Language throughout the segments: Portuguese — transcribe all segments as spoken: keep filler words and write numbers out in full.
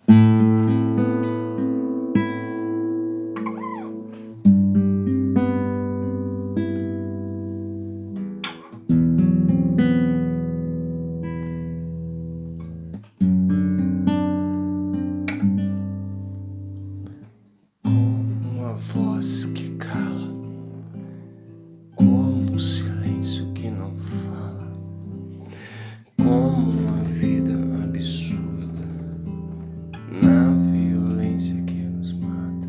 Voz que cala, como um silêncio que não fala, como uma vida absurda, na violência que nos mata,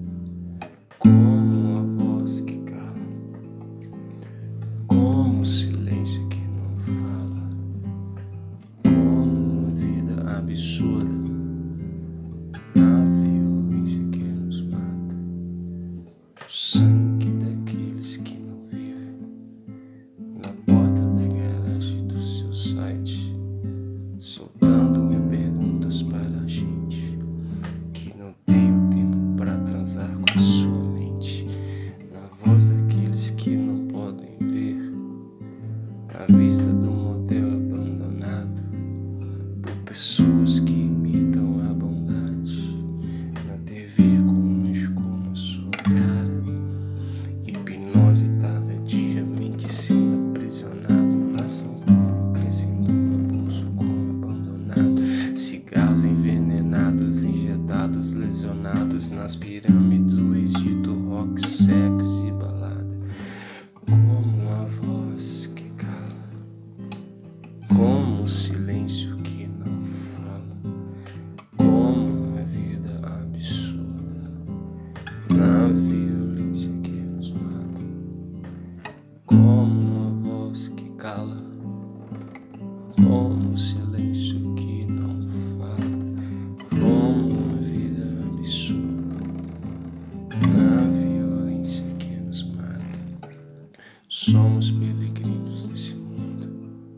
como uma voz que cala, como um silêncio que não fala, como uma vida absurda, na violência que nos mata. O sangue daqueles que não vivem na porta da garagem do seu site, soltando mil perguntas para a gente que não tem o tempo para transar com a sua mente, na voz daqueles que não podem ver a vista do motel abandonado por pessoas que imitam a bondade, na T V com um anjo como a sua cara. Hipnositada diariamente sendo aprisionado na São Paulo, crescendo no abuso como abandonado. Cigarros envenenados, injetados, lesionados nas pirâmides do Egito, rock, sexo e balada. Como uma voz que cala, como um silêncio que não fala, como uma vida absurda, na violência que nos mata. Como uma voz que cala, como um silêncio que não fala, como uma vida absurda, na violência que nos mata. Somos peregrinos desse mundo,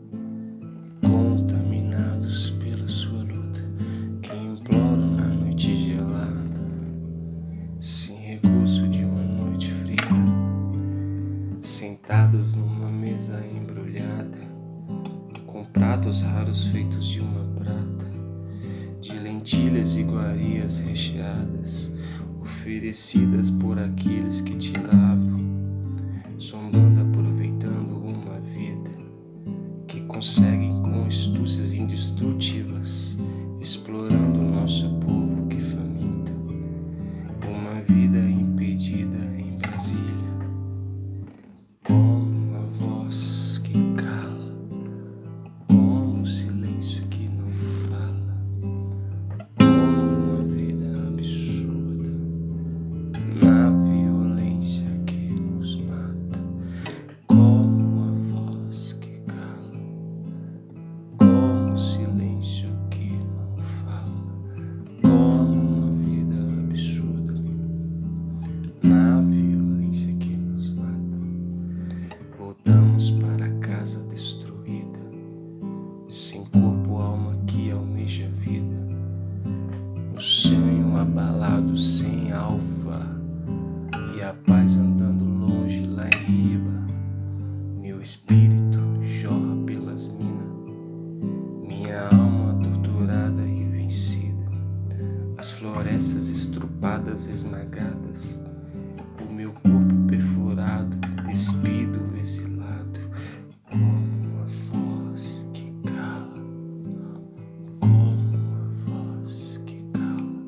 contaminados pela sua luta, que imploram na noite gelada, sem recurso de uma noite fria, sentados numa mesa embrulhada, com pratos raros feitos de uma prata, de lentilhas e iguarias recheadas, oferecidas por aqueles que te lavam, zombando, aproveitando uma vida que conseguem com astúcias indestrutivas, explorando o nosso povo que faminta, uma vida impedida em Brasília. Como uma voz que cala, como um silêncio que não fala, como uma vida absurda, na violência que nos mata. Como uma voz que cala, como um silêncio que não fala, como uma vida absurda, na violência que nos mata. Voltamos para a casa destruída, sem corpo, alma que almeja vida, o sonho abalado sem alva, e a paz andando longe lá em riba. Meu espírito jorra pelas minas, minha alma torturada e vencida, as florestas estrupadas, esmagadas, o meu corpo perfurado, despido, exilado. Como uma voz que cala, como uma voz que cala,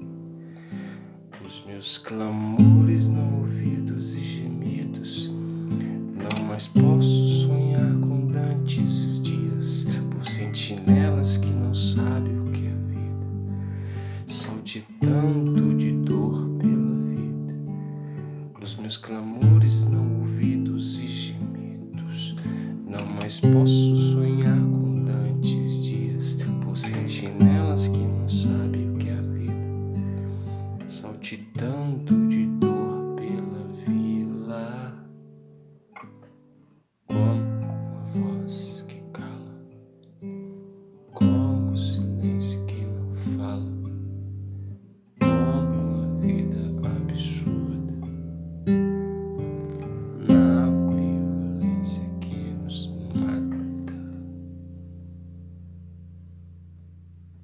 os meus clamores não ouvidos e gemidos. Não mais posso sonhar com dantes dias, por sentinelas que não sabem o que é vida, saltitando de dor pela vida. Os meus clamores não ouvidos e gemidos. Não mais posso sonhar com dantes dias, por sentinelas que não sabem